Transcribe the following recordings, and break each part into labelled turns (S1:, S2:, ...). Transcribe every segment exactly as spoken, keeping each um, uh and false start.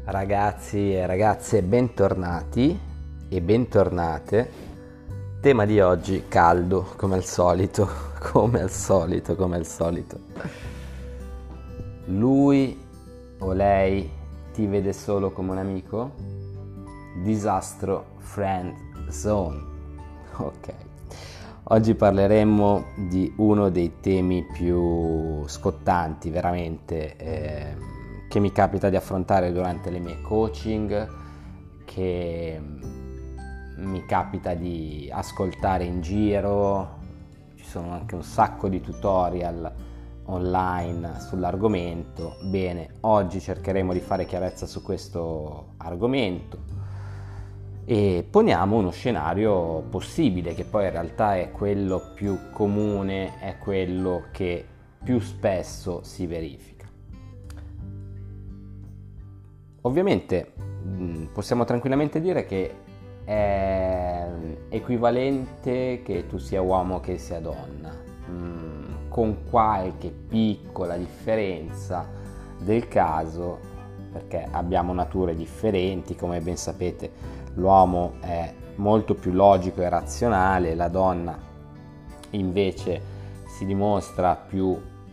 S1: Ragazzi e ragazze, bentornati e bentornate. Tema di oggi caldo, come al solito, come al solito, come al solito. Lui o lei ti vede solo come un amico? Disastro friend zone. Ok. Oggi parleremo di uno dei temi più scottanti, veramente, eh, che mi capita di affrontare durante le mie coaching, che mi capita di ascoltare in giro. Ci sono anche un sacco di tutorial online sull'argomento. Bene, oggi cercheremo di fare chiarezza su questo argomento e poniamo uno scenario possibile, che poi in realtà è quello più comune, è quello che più spesso si verifica. Ovviamente possiamo tranquillamente dire che è equivalente che tu sia uomo che sia donna, con qualche piccola differenza del caso, perché abbiamo nature differenti. Come ben sapete, l'uomo è molto più logico e razionale, la donna invece si dimostra più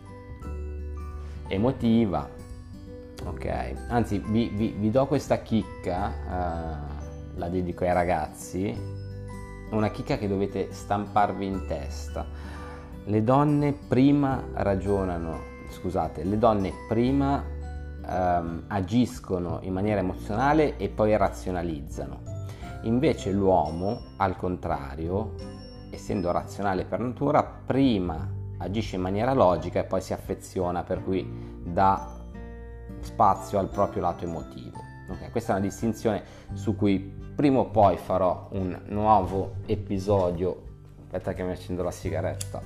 S1: emotiva. Ok, anzi vi, vi, vi do questa chicca, uh, la dedico ai ragazzi, una chicca che dovete stamparvi in testa. Le donne prima ragionano, scusate, le donne prima um, agiscono in maniera emozionale e poi razionalizzano. Invece l'uomo, al contrario, essendo razionale per natura, prima agisce in maniera logica e poi si affeziona, per cui dà spazio al proprio lato emotivo. Okay, questa è una distinzione su cui prima o poi farò un nuovo episodio. Aspetta che mi accendo la sigaretta,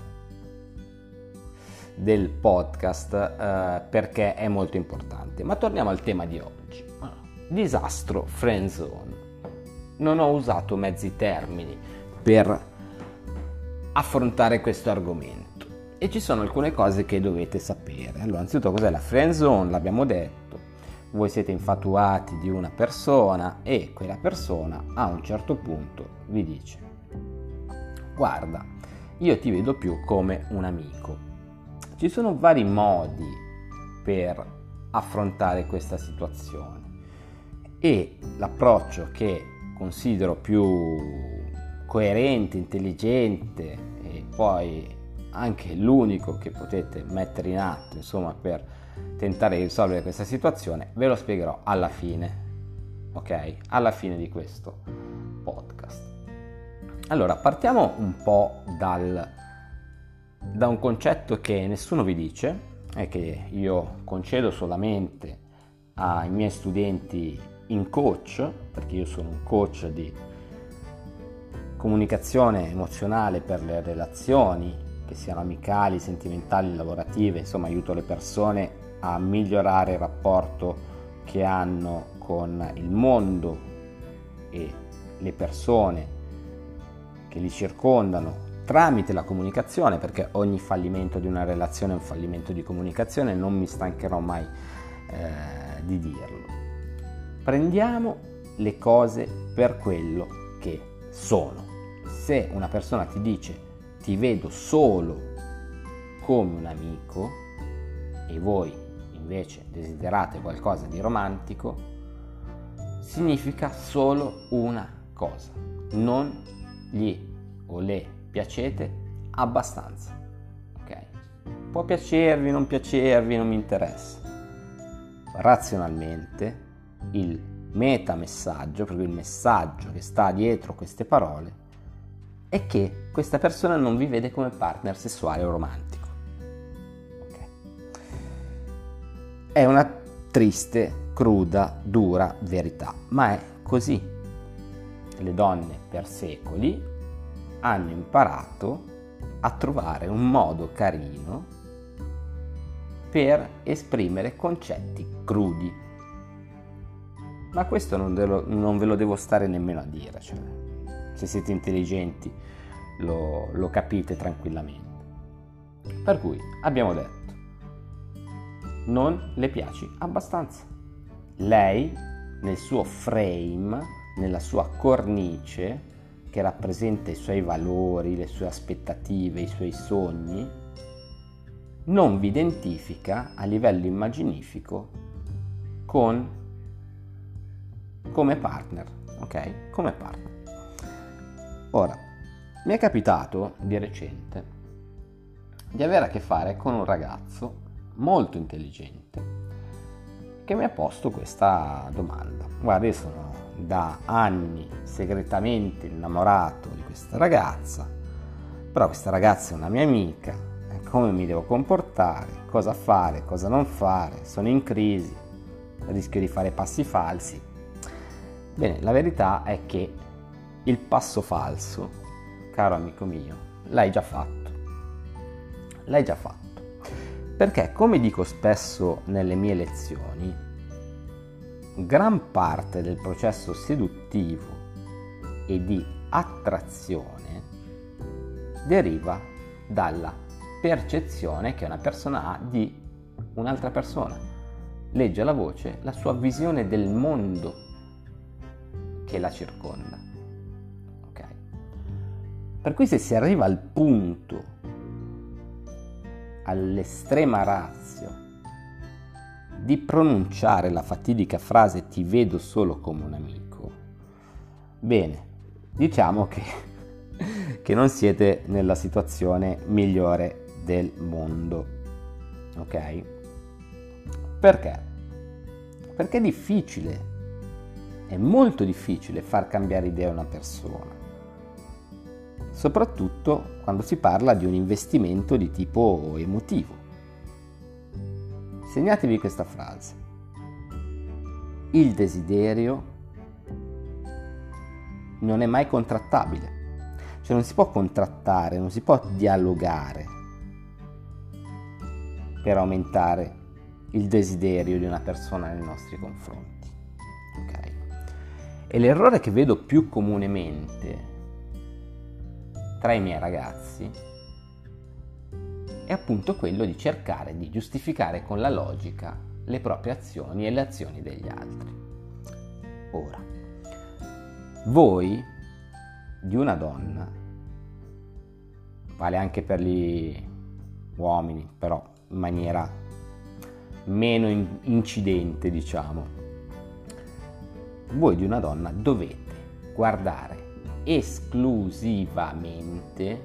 S1: del podcast, eh, perché è molto importante. Ma torniamo al tema di oggi. Disastro friend zone. Non ho usato mezzi termini per affrontare questo argomento e ci sono alcune cose che dovete sapere. Allora, anzitutto, cos'è la friend zone? L'abbiamo detto. Voi siete infatuati di una persona e quella persona a un certo punto vi dice: guarda, io ti vedo più come un amico. Ci sono vari modi per affrontare questa situazione e l'approccio che considero più coerente, intelligente e poi anche l'unico che potete mettere in atto, insomma, per tentare di risolvere questa situazione, ve lo spiegherò alla fine, ok? Alla fine di questo podcast. Allora, partiamo un po' dal, da un concetto che nessuno vi dice e che io concedo solamente ai miei studenti in coach, perché io sono un coach di comunicazione emozionale per le relazioni, che siano amicali, sentimentali, lavorative. Insomma, aiuto le persone a migliorare il rapporto che hanno con il mondo e le persone che li circondano tramite la comunicazione, perché ogni fallimento di una relazione è un fallimento di comunicazione, non mi stancherò mai eh, di dirlo. Prendiamo le cose per quello che sono. Se una persona ti dice ti vedo solo come un amico e voi invece desiderate qualcosa di romantico, significa solo una cosa: non gli o le piacete abbastanza. Ok? Può piacervi, non piacervi, non mi interessa. Razionalmente il metamessaggio, proprio il messaggio che sta dietro queste parole, è che questa persona non vi vede come partner sessuale o romantico. Okay. È una triste, cruda, dura verità, ma è così. Le donne per secoli hanno imparato a trovare un modo carino per esprimere concetti crudi. Ma questo non, lo, non ve lo devo stare nemmeno a dire, cioè, se siete intelligenti lo, lo capite tranquillamente. Per cui abbiamo detto: non le piaci abbastanza. Lei nel suo frame, nella sua cornice che rappresenta i suoi valori, le sue aspettative, i suoi sogni, non vi identifica a livello immaginifico con come partner, ok? Come partner. Ora, mi è capitato di recente di avere a che fare con un ragazzo molto intelligente che mi ha posto questa domanda. Guarda, io sono da anni segretamente innamorato di questa ragazza, però questa ragazza è una mia amica, come mi devo comportare, cosa fare, cosa non fare, sono in crisi, rischio di fare passi falsi. Bene, la verità è che il passo falso, caro amico mio, l'hai già fatto. L'hai già fatto. Perché, come dico spesso nelle mie lezioni, gran parte del processo seduttivo e di attrazione deriva dalla percezione che una persona ha di un'altra persona. Legge alla voce la sua visione del mondo che la circonda. Ok? Per cui se si arriva al punto, all'estrema ratio, di pronunciare la fatidica frase "ti vedo solo come un amico", bene, diciamo che, che non siete nella situazione migliore del mondo, ok? Perché? Perché è difficile, è molto difficile far cambiare idea a una persona, soprattutto quando si parla di un investimento di tipo emotivo. Segnatevi questa frase: il desiderio non è mai contrattabile, cioè non si può contrattare, non si può dialogare per aumentare il desiderio di una persona nei nostri confronti. Ok? E l'errore che vedo più comunemente tra i miei ragazzi è appunto quello di cercare di giustificare con la logica le proprie azioni e le azioni degli altri. Ora, voi di una donna, vale anche per gli uomini, però in maniera meno incidente, diciamo, voi di una donna dovete guardare esclusivamente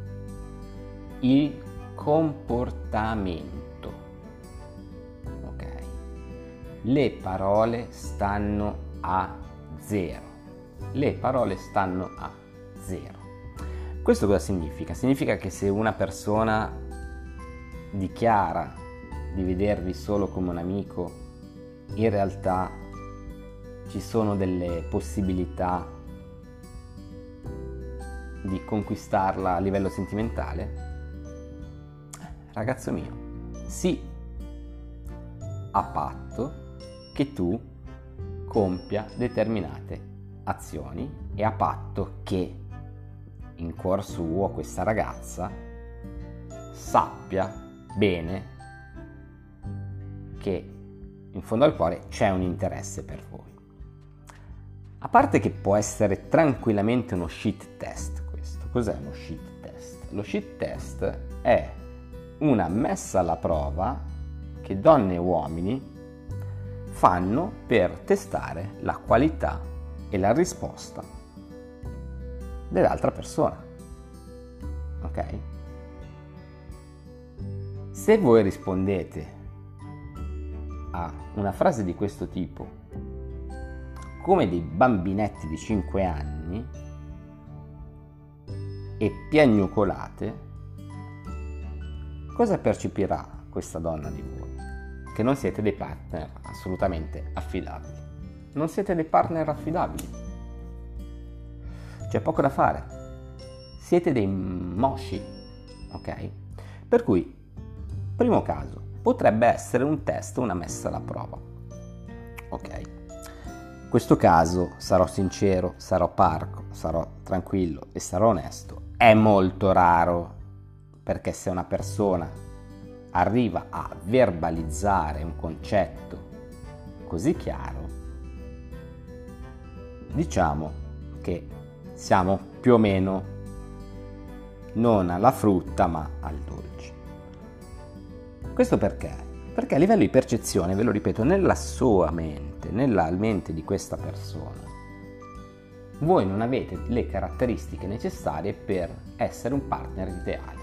S1: il comportamento, ok? Le parole stanno a zero. Le parole stanno a zero. Questo cosa significa? Significa che se una persona dichiara di vedervi solo come un amico, in realtà ci sono delle possibilità di conquistarla a livello sentimentale? Ragazzo mio, sì, a patto che tu compia determinate azioni e a patto che in cuor suo questa ragazza sappia bene che in fondo al cuore c'è un interesse per voi. A parte che può essere tranquillamente uno shit test questo. Cos'è uno shit test? Lo shit test è una messa alla prova che donne e uomini fanno per testare la qualità e la risposta dell'altra persona. Ok? Se voi rispondete a una frase di questo tipo come dei bambinetti di cinque anni e piagnucolate, cosa percepirà questa donna di voi? Che non siete dei partner assolutamente affidabili. Non siete dei partner affidabili. C'è poco da fare. Siete dei mosci, ok? Per cui, primo caso, potrebbe essere un test, una messa alla prova. Ok? In questo caso sarò sincero, sarò parco, sarò tranquillo e sarò onesto. È molto raro, perché se una persona arriva a verbalizzare un concetto così chiaro, diciamo che siamo più o meno non alla frutta ma al dolce. Questo perché? Perché a livello di percezione, ve lo ripeto, nella sua mente, nella mente di questa persona, voi non avete le caratteristiche necessarie per essere un partner ideale.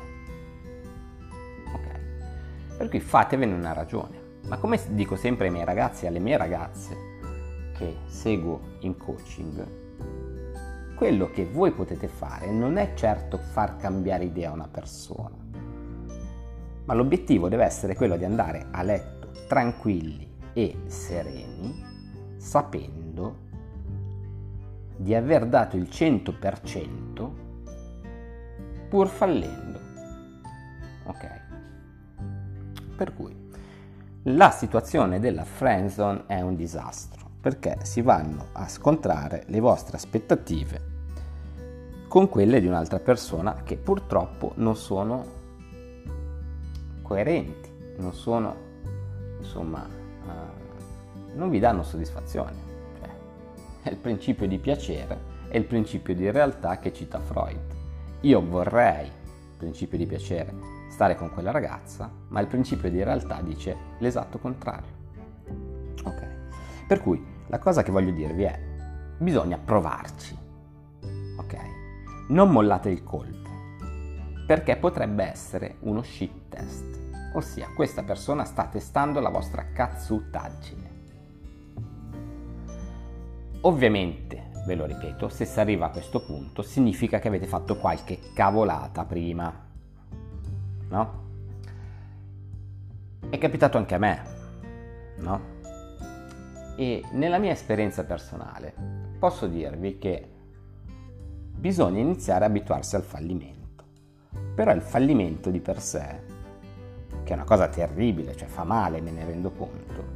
S1: Ok? Per cui fatevene una ragione. Ma come dico sempre ai miei ragazzi e alle mie ragazze che seguo in coaching, quello che voi potete fare non è certo far cambiare idea a una persona, ma l'obiettivo deve essere quello di andare a letto tranquilli e sereni, sapendo di aver dato il cento per cento pur fallendo. Ok? Per cui la situazione della friendzone è un disastro, perché si vanno a scontrare le vostre aspettative con quelle di un'altra persona che purtroppo non sono coerenti, non sono, insomma, uh, non vi danno soddisfazione. Cioè, è il principio di piacere, è il principio di realtà che cita Freud. Io vorrei, principio di piacere, stare con quella ragazza, ma il principio di realtà dice l'esatto contrario. Ok? Per cui la cosa che voglio dirvi è: bisogna provarci. Ok? Non mollate il colpo, perché potrebbe essere uno shit test, ossia questa persona sta testando la vostra cazzutaggine. Ovviamente, ve lo ripeto, se si arriva a questo punto significa che avete fatto qualche cavolata prima, no? È capitato anche a me, no? E nella mia esperienza personale posso dirvi che bisogna iniziare a abituarsi al fallimento. Però il fallimento di per sé, che è una cosa terribile, cioè fa male, me ne rendo conto,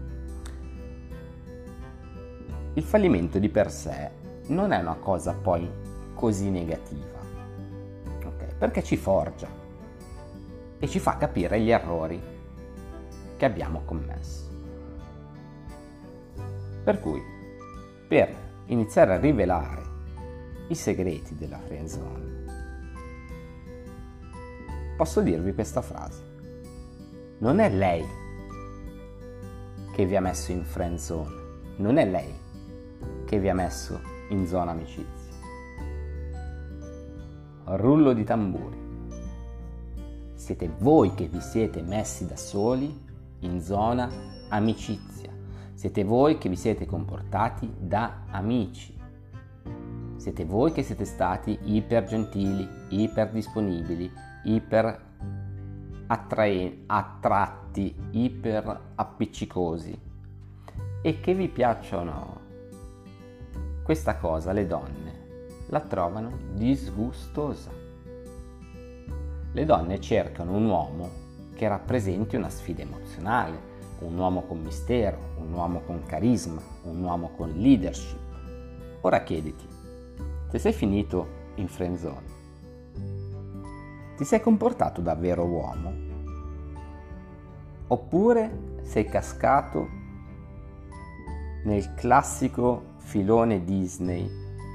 S1: il fallimento di per sé non è una cosa poi così negativa, okay? Perché ci forgia e ci fa capire gli errori che abbiamo commesso. Per cui, per iniziare a rivelare i segreti della friendzone, posso dirvi questa frase: non è lei che vi ha messo in friendzone, non è lei che vi ha messo in zona amicizia. Rullo di tamburi. Siete voi che vi siete messi da soli in zona amicizia. Siete voi che vi siete comportati da amici. Siete voi che siete stati iper gentili, iper disponibili, iper attrae- attratti, iper appiccicosi. E che vi piacciono questa cosa, le donne la trovano disgustosa. Le donne cercano un uomo che rappresenti una sfida emozionale, un uomo con mistero, un uomo con carisma, un uomo con leadership. Ora chiediti, se sei finito in friendzone, ti sei comportato da vero uomo? Oppure sei cascato nel classico filone Disney,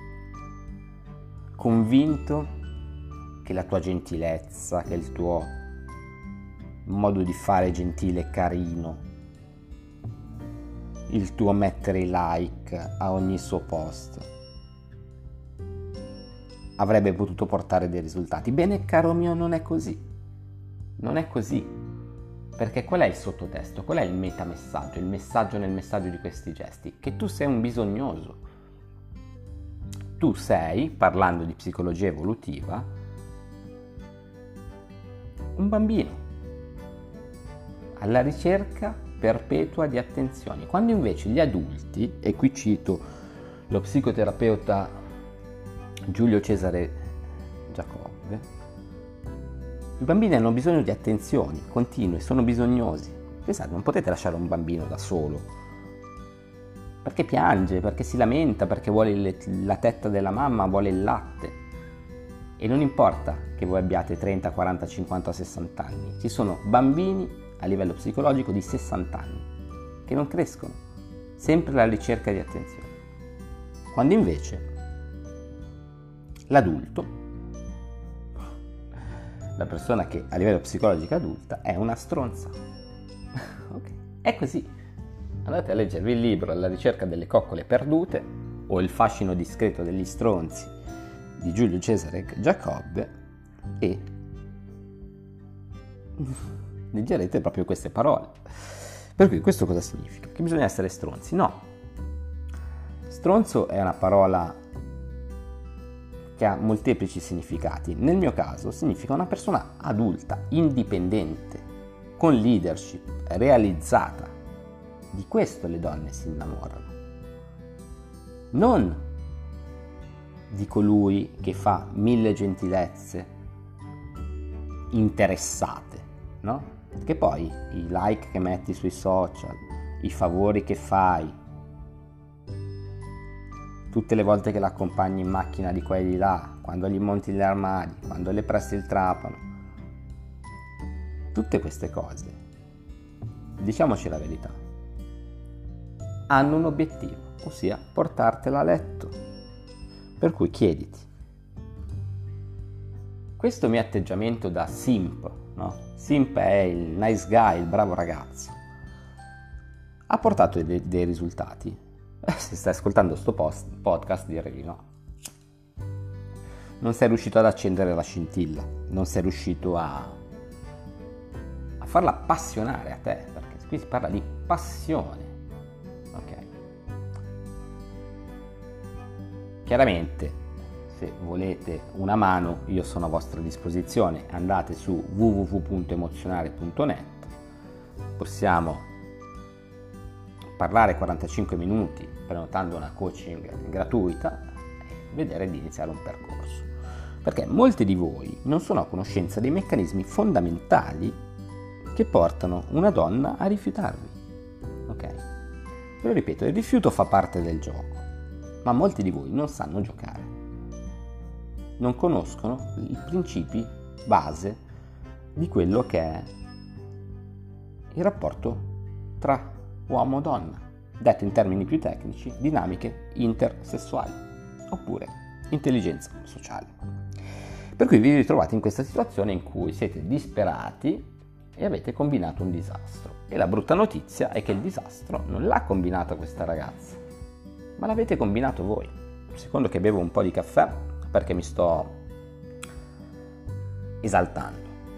S1: convinto che la tua gentilezza, che il tuo modo di fare gentile e carino, il tuo mettere i like a ogni suo post avrebbe potuto portare dei risultati. Bene, caro mio, non è così. Non è così. Perché qual è il sottotesto? Qual è il metamessaggio? Il messaggio nel messaggio di questi gesti? Che tu sei un bisognoso. Tu sei, parlando di psicologia evolutiva, un bambino alla ricerca perpetua di attenzioni, quando invece gli adulti, e qui cito lo psicoterapeuta Giulio Cesare Giacobbe, i bambini hanno bisogno di attenzioni continue, sono bisognosi. Pensate, non potete lasciare un bambino da solo, perché piange, perché si lamenta, perché vuole le, la tetta della mamma, vuole il latte. E non importa che voi abbiate trenta, quaranta, cinquanta o sessanta anni, ci sono bambini a livello psicologico di sessanta anni che non crescono, sempre alla ricerca di attenzione. quando invece l'adulto, la persona che a livello psicologico è adulta, è una stronza. Ok, è così. Andate a leggervi il libro Alla ricerca delle coccole perdute o Il fascino discreto degli stronzi di Giulio Cesare Giacobbe e leggerete proprio queste parole. Per cui questo cosa significa? Che bisogna essere stronzi? No. Stronzo è una parola che ha molteplici significati. Nel mio caso significa una persona adulta, indipendente, con leadership, realizzata. Di questo le donne si innamorano. Non di colui che fa mille gentilezze interessate, no? Perché poi i like che metti sui social, i favori che fai, tutte le volte che l'accompagni in macchina di qua e di là, quando gli monti gli armadi, quando le presti il trapano, tutte queste cose, diciamoci la verità, hanno un obiettivo, ossia portartela a letto. Per cui chiediti, questo mio atteggiamento da simp, no? Simp è il nice guy, il bravo ragazzo, ha portato dei, dei risultati? Se stai ascoltando sto post, podcast direi di no. Non sei riuscito ad accendere la scintilla, non sei riuscito a, a farla appassionare a te, perché qui si parla di passione, ok? Chiaramente, se volete una mano, io sono a vostra disposizione, andate su w w w punto emozionare punto net, possiamo parlare quarantacinque minuti prenotando una coaching gratuita e vedere di iniziare un percorso, perché molti di voi non sono a conoscenza dei meccanismi fondamentali che portano una donna a rifiutarvi, ok? Ve lo ripeto, il rifiuto fa parte del gioco, ma molti di voi non sanno giocare, non conoscono i principi base di quello che è il rapporto tra uomo-donna, detto in termini più tecnici, dinamiche intersessuali, oppure intelligenza sociale. Per cui vi ritrovate in questa situazione in cui siete disperati e avete combinato un disastro. E la brutta notizia è che il disastro non l'ha combinato questa ragazza, ma l'avete combinato voi. Secondo che bevo un po' di caffè perché mi sto esaltando.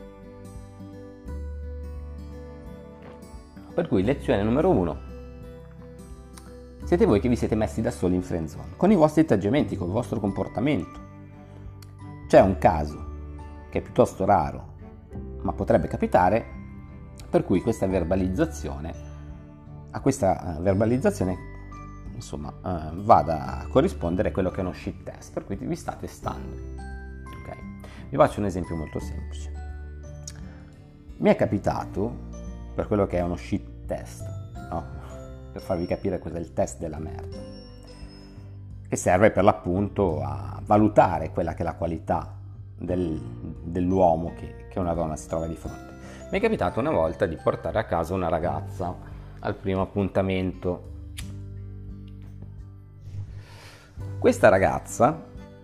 S1: Per cui lezione numero uno, siete voi che vi siete messi da soli in friendzone, con i vostri atteggiamenti, con il vostro comportamento. C'è un caso che è piuttosto raro, ma potrebbe capitare, per cui questa verbalizzazione, a questa verbalizzazione, insomma, eh, vada a corrispondere quello che è uno shit test, per cui vi sta testando. Ok? Vi faccio un esempio molto semplice. Mi è capitato, per quello che è uno shit test, no? Per farvi capire cos'è il test della merda, che serve per l'appunto a valutare quella che è la qualità del, dell'uomo che, che una donna si trova di fronte. Mi è capitato una volta di portare a casa una ragazza al primo appuntamento. Questa ragazza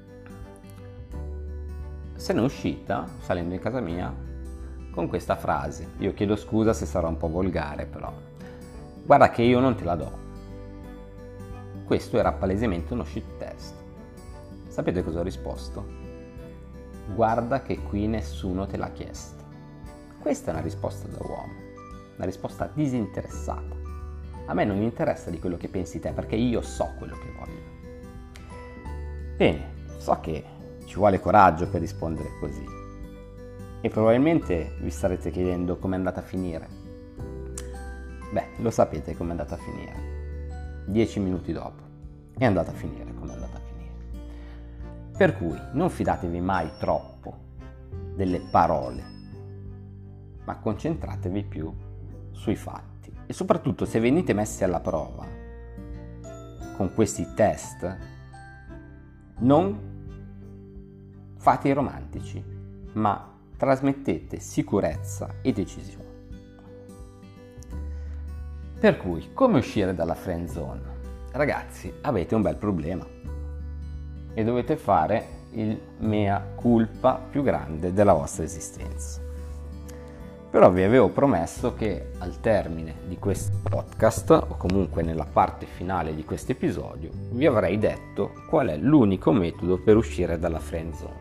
S1: se n'è uscita salendo in casa mia con questa frase. Io chiedo scusa se sarà un po' volgare, però guarda che io non te la do. Questo era palesemente uno shit test. Sapete cosa ho risposto? Guarda che qui nessuno te l'ha chiesto. Questa è una risposta da uomo, una risposta disinteressata. A me non interessa di quello che pensi te, perché io so quello che voglio. Bene, so che ci vuole coraggio per rispondere così. E probabilmente vi starete chiedendo com'è andata a finire. Beh, lo sapete com'è andata a finire. Dieci minuti dopo è andata a finire com'è andata a finire. Per cui non fidatevi mai troppo delle parole, ma concentratevi più sui fatti. E soprattutto se venite messi alla prova con questi test, non fate i romantici, ma trasmettete sicurezza e decisione. Per cui, come uscire dalla friend zone? ragazzi, avete un bel problema e dovete fare il mea culpa più grande della vostra esistenza. Però vi avevo promesso che al termine di questo podcast, o comunque nella parte finale di questo episodio, vi avrei detto qual è l'unico metodo per uscire dalla friend zone.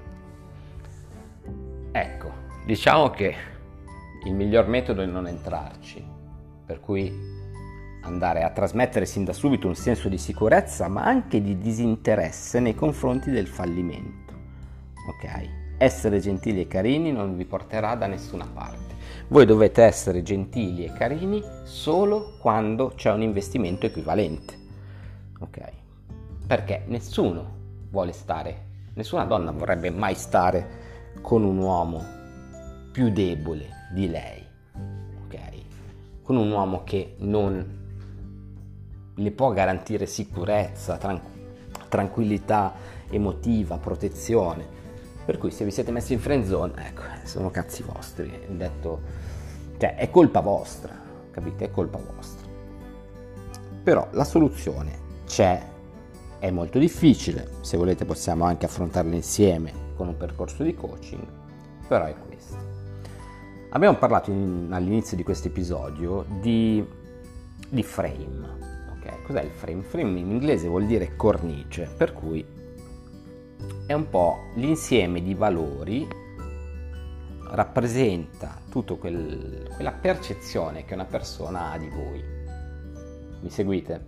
S1: Ecco, diciamo che il miglior metodo è non entrarci, per cui andare a trasmettere sin da subito un senso di sicurezza, ma anche di disinteresse nei confronti del fallimento. Ok? Essere gentili e carini non vi porterà da nessuna parte. Voi dovete essere gentili e carini solo quando c'è un investimento equivalente. Ok? Perché nessuno vuole stare, nessuna donna vorrebbe mai stare con un uomo più debole di lei. Ok? Con un uomo che non le può garantire sicurezza, tran- tranquillità emotiva, protezione. Per cui se vi siete messi in friend zone, ecco, sono cazzi vostri, detto, cioè è colpa vostra, capite? È colpa vostra. Però la soluzione c'è, è molto difficile, se volete possiamo anche affrontarla insieme con un percorso di coaching, però è questo. Abbiamo parlato in, all'inizio di questo episodio di, di frame, ok? Cos'è il frame? Frame in inglese vuol dire cornice, per cui è un po' l'insieme di valori, rappresenta tutta quel, quella percezione che una persona ha di voi. Mi seguite?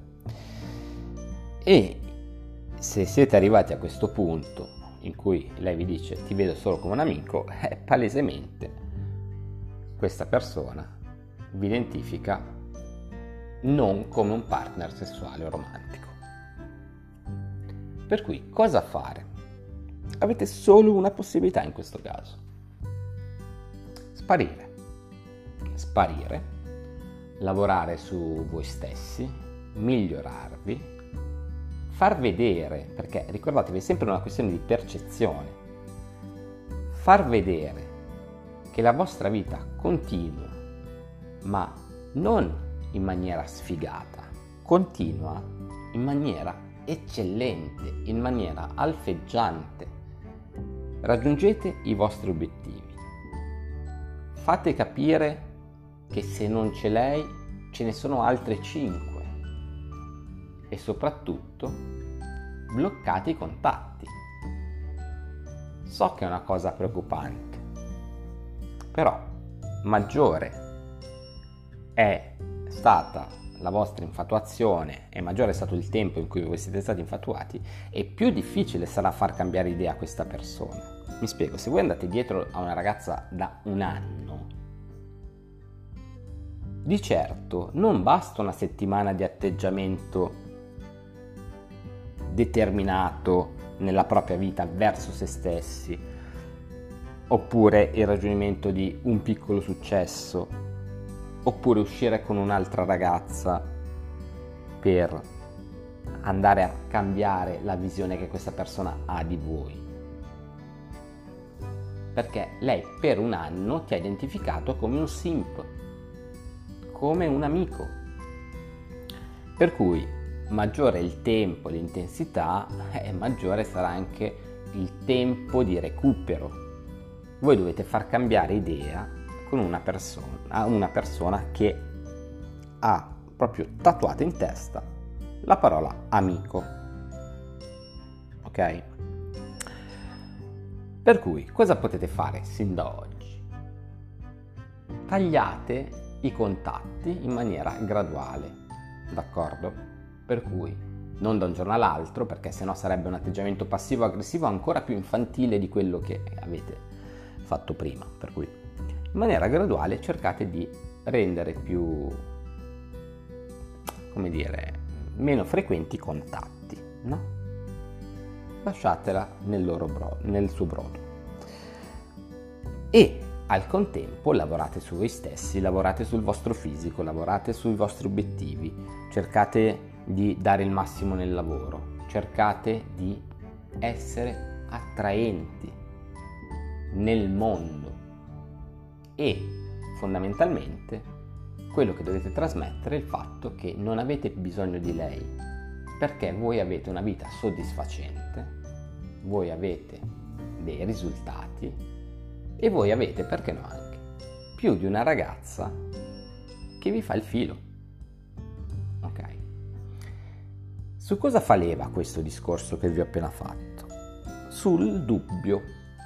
S1: E se siete arrivati a questo punto in cui lei vi dice ti vedo solo come un amico, è palesemente questa persona vi identifica non come un partner sessuale o romantico. Per cui cosa fare? Avete solo una possibilità in questo caso. Sparire. Sparire, lavorare su voi stessi, migliorarvi, far vedere, perché ricordatevi è sempre una questione di percezione, far vedere che la vostra vita continua, ma non in maniera sfigata, continua in maniera eccellente, in maniera alfeggiante. Raggiungete i vostri obiettivi. Fate capire che se non c'è lei, ce ne sono altre cinque. E soprattutto, bloccate i contatti. So che è una cosa preoccupante, però maggiore è stata la vostra infatuazione e maggiore è stato il tempo in cui voi siete stati infatuati e più difficile sarà far cambiare idea a questa persona. Mi spiego, se voi andate dietro a una ragazza da un anno, di certo non basta una settimana di atteggiamento determinato nella propria vita verso se stessi, oppure il raggiungimento di un piccolo successo, oppure uscire con un'altra ragazza per andare a cambiare la visione che questa persona ha di voi. Perché lei per un anno ti ha identificato come un simp, come un amico. Per cui maggiore è il tempo, l'intensità, e maggiore sarà anche il tempo di recupero. Voi dovete far cambiare idea con una persona, una persona che ha proprio tatuata in testa la parola amico. Ok? Per cui cosa potete fare sin da oggi? Tagliate i contatti in maniera graduale, d'accordo? Per cui non da un giorno all'altro, perché sennò sarebbe un atteggiamento passivo-aggressivo ancora più infantile di quello che avete fatto prima. Per cui in maniera graduale cercate di rendere più, come dire, meno frequenti i contatti, no? Lasciatela nel, loro bro- nel suo brodo. E al contempo lavorate su voi stessi, lavorate sul vostro fisico, lavorate sui vostri obiettivi, cercate di dare il massimo nel lavoro, cercate di essere attraenti nel mondo. E fondamentalmente quello che dovete trasmettere è il fatto che non avete bisogno di lei perché voi avete una vita soddisfacente, voi avete dei risultati e voi avete, perché no anche, più di una ragazza che vi fa il filo. Ok? Su cosa fa leva questo discorso che vi ho appena fatto? Sul dubbio.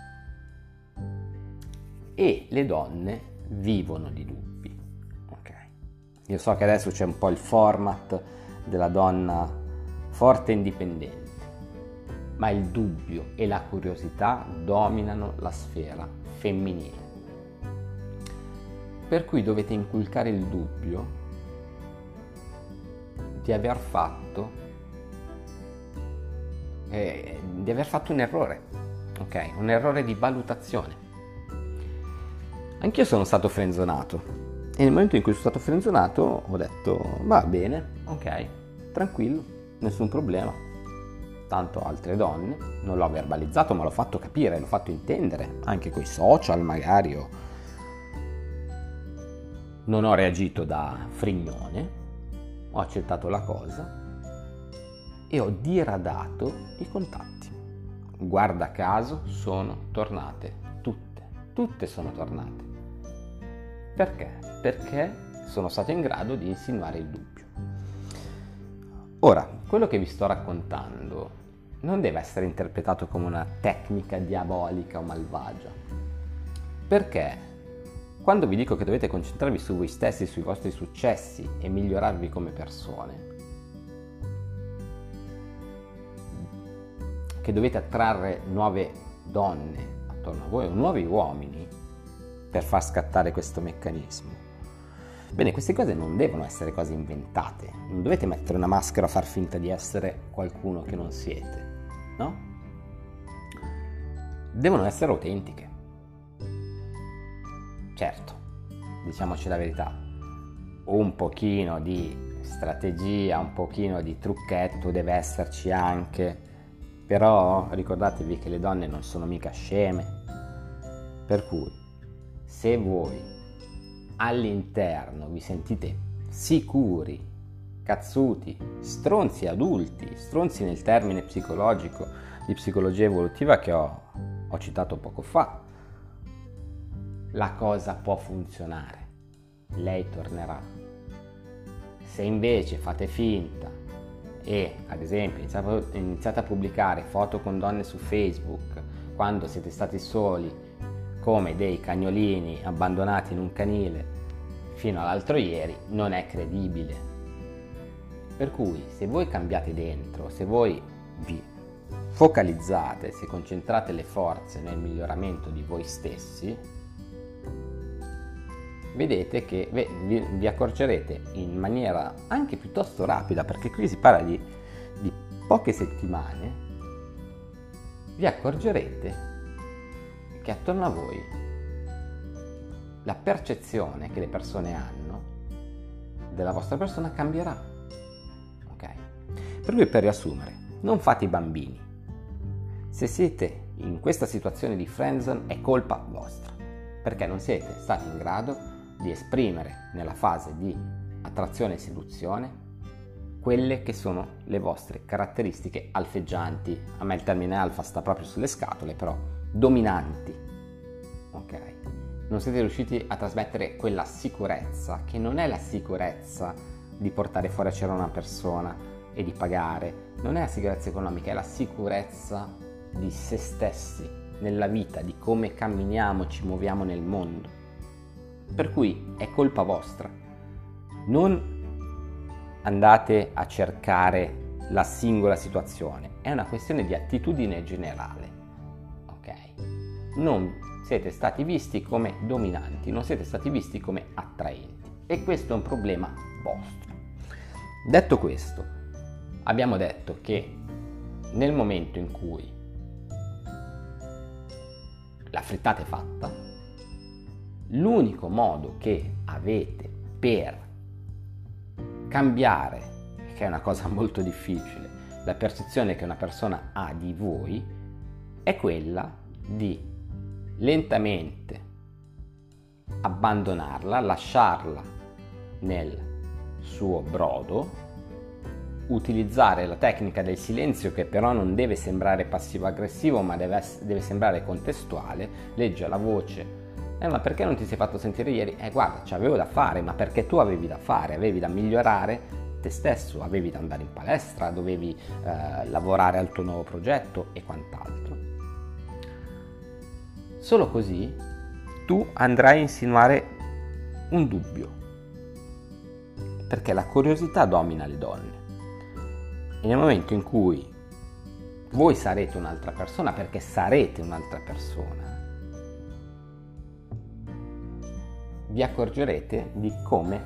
S1: E le donne vivono di dubbi. Ok? Io so che adesso c'è un po' il format della donna forte e indipendente, ma il dubbio e la curiosità dominano la sfera femminile. Per cui dovete inculcare il dubbio di aver fatto eh, di aver fatto un errore, ok? Un errore di valutazione. Anch'io sono stato frenzonato e nel momento in cui sono stato frenzonato ho detto va bene, ok, tranquillo, nessun problema. Tanto altre donne, non l'ho verbalizzato ma l'ho fatto capire, l'ho fatto intendere, anche coi social magari o... Non ho reagito da frignone, ho accettato la cosa e ho diradato i contatti. Guarda caso sono tornate tutte, tutte sono tornate. Perché? Perché sono stato in grado di insinuare il dubbio. Ora, quello che vi sto raccontando non deve essere interpretato come una tecnica diabolica o malvagia, perché quando vi dico che dovete concentrarvi su voi stessi, sui vostri successi e migliorarvi come persone, che dovete attrarre nuove donne attorno a voi o nuovi uomini per far scattare questo meccanismo, bene, queste cose non devono essere cose inventate, non dovete mettere una maschera o far finta di essere qualcuno che non siete, no? Devono essere autentiche. Certo, diciamoci la verità, un pochino di strategia, un pochino di trucchetto deve esserci anche, però ricordatevi che le donne non sono mica sceme, per cui se voi all'interno vi sentite sicuri, cazzuti, stronzi adulti, stronzi nel termine psicologico di psicologia evolutiva che ho, ho citato poco fa, la cosa può funzionare, lei tornerà. Se invece fate finta e ad esempio iniziate, iniziate a pubblicare foto con donne su Facebook quando siete stati soli come dei cagnolini abbandonati in un canile fino all'altro ieri, non è credibile. Per cui se voi cambiate dentro, se voi vi focalizzate, se concentrate le forze nel miglioramento di voi stessi, vedete che vi, vi accorgerete in maniera anche piuttosto rapida, perché qui si parla di, di poche settimane, vi accorgerete che attorno a voi la percezione che le persone hanno della vostra persona cambierà. Ok? Per cui, per riassumere, non fate i bambini. Se siete in questa situazione di friendzone è colpa vostra, perché non siete stati in grado di esprimere nella fase di attrazione e seduzione quelle che sono le vostre caratteristiche alfeggianti. A me il termine alfa sta proprio sulle scatole, però dominanti. Ok? Non siete riusciti a trasmettere quella sicurezza, che non è la sicurezza di portare fuori a cena una persona e di pagare, non è la sicurezza economica, è la sicurezza di se stessi nella vita, di come camminiamo, ci muoviamo nel mondo. Per cui è colpa vostra. Non andate a cercare la singola situazione, è una questione di attitudine generale. Ok? Non siete stati visti come dominanti, non siete stati visti come attraenti, e questo è un problema vostro. Detto questo, abbiamo detto che nel momento in cui la frittata è fatta, l'unico modo che avete per cambiare, che è una cosa molto difficile, la percezione che una persona ha di voi, è quella di lentamente abbandonarla, lasciarla nel suo brodo utilizzare la tecnica del silenzio, che però non deve sembrare passivo-aggressivo, ma deve, ess- deve sembrare contestuale. Legge la voce. Eh, ma perché non ti sei fatto sentire ieri? Eh, guarda, c'avevo da fare, ma perché tu avevi da fare, avevi da migliorare te stesso, avevi da andare in palestra, dovevi eh, lavorare al tuo nuovo progetto e quant'altro. Solo così tu andrai a insinuare un dubbio, perché la curiosità domina le donne. E nel momento in cui voi sarete un'altra persona, perché sarete un'altra persona, vi accorgerete di come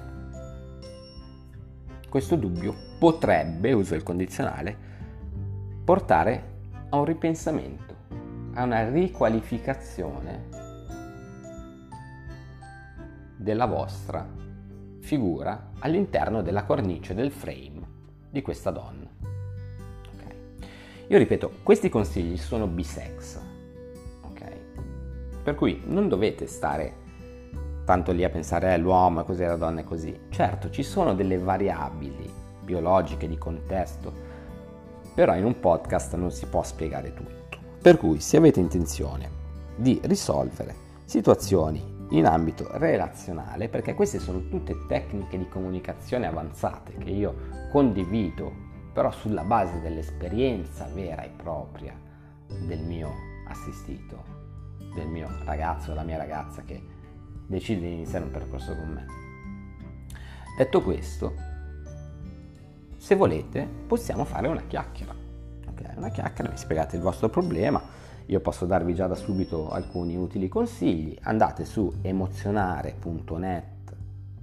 S1: questo dubbio potrebbe, uso il condizionale, portare a un ripensamento, a una riqualificazione della vostra figura all'interno della cornice del frame di questa donna. Okay. Io ripeto, questi consigli sono bisex, ok? Per cui non dovete stare tanto lì a pensare eh, l'uomo è così, la donna è così. Certo, ci sono delle variabili biologiche di contesto, però in un podcast non si può spiegare tutto. Per cui, se avete intenzione di risolvere situazioni in ambito relazionale, perché queste sono tutte tecniche di comunicazione avanzate che io condivido, però sulla base dell'esperienza vera e propria del mio assistito, del mio ragazzo o la mia ragazza che decide di iniziare un percorso con me. Detto questo, se volete possiamo fare una chiacchiera, ok? Una chiacchiera, mi spiegate il vostro problema, io posso darvi già da subito alcuni utili consigli. Andate su emozionare punto net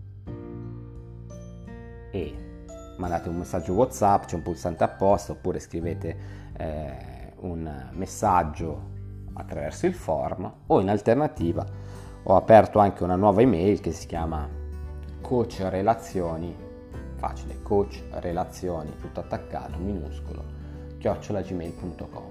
S1: e mandate un messaggio WhatsApp, c'è un pulsante apposta, oppure scrivete eh, un messaggio attraverso il form, o in alternativa ho aperto anche una nuova email che si chiama coach relazioni, facile, coach relazioni, tutto attaccato, minuscolo, chiocciola gmail punto com.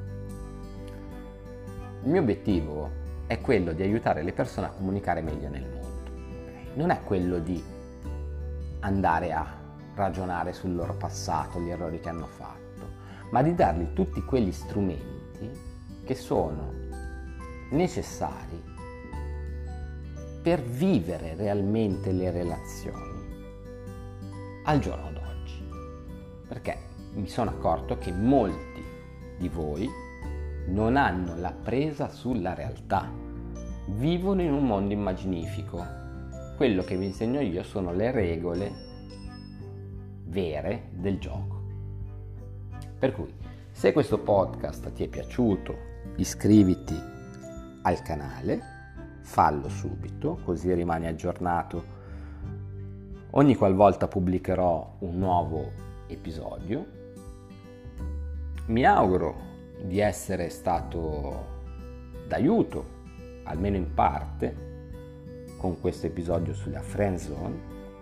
S1: Il mio obiettivo è quello di aiutare le persone a comunicare meglio nel mondo. Non è quello di andare a ragionare sul loro passato, gli errori che hanno fatto, ma di dargli tutti quegli strumenti che sono necessari per vivere realmente le relazioni al giorno d'oggi. Perché mi sono accorto che molti di voi non hanno la presa sulla realtà, vivono in un mondo immaginifico. Quello che vi insegno io sono le regole vere del gioco. Per cui, se questo podcast ti è piaciuto, iscriviti al canale, fallo subito, così rimani aggiornato ogni qualvolta pubblicherò un nuovo episodio. Mi auguro di essere stato d'aiuto, almeno in parte, con questo episodio sulla friend zone.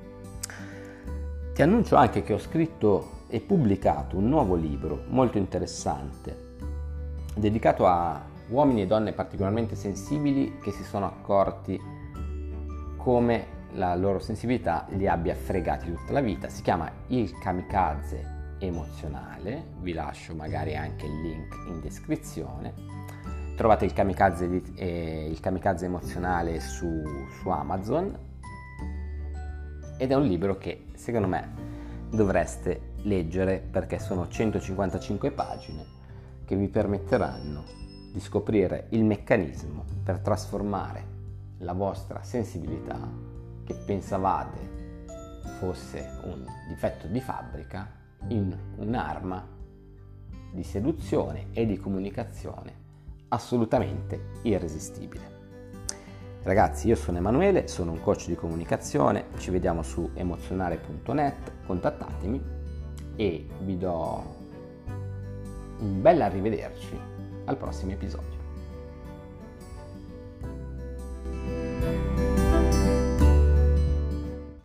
S1: Ti annuncio anche che ho scritto e pubblicato un nuovo libro molto interessante dedicato a uomini e donne particolarmente sensibili che si sono accorti come la loro sensibilità li abbia fregati tutta la vita. Si chiama Il kamikaze emozionale, vi lascio magari anche il link in descrizione. Trovate il kamikaze, eh, il kamikaze emozionale su, su Amazon, ed è un libro che secondo me dovreste leggere perché sono centocinquantacinque pagine che vi permetteranno di scoprire il meccanismo per trasformare la vostra sensibilità, che pensavate fosse un difetto di fabbrica, in un'arma di seduzione e di comunicazione assolutamente irresistibile. Ragazzi, io sono Emanuele, sono un coach di comunicazione, ci vediamo su emozionare punto net, contattatemi e vi do un bel arrivederci al prossimo episodio.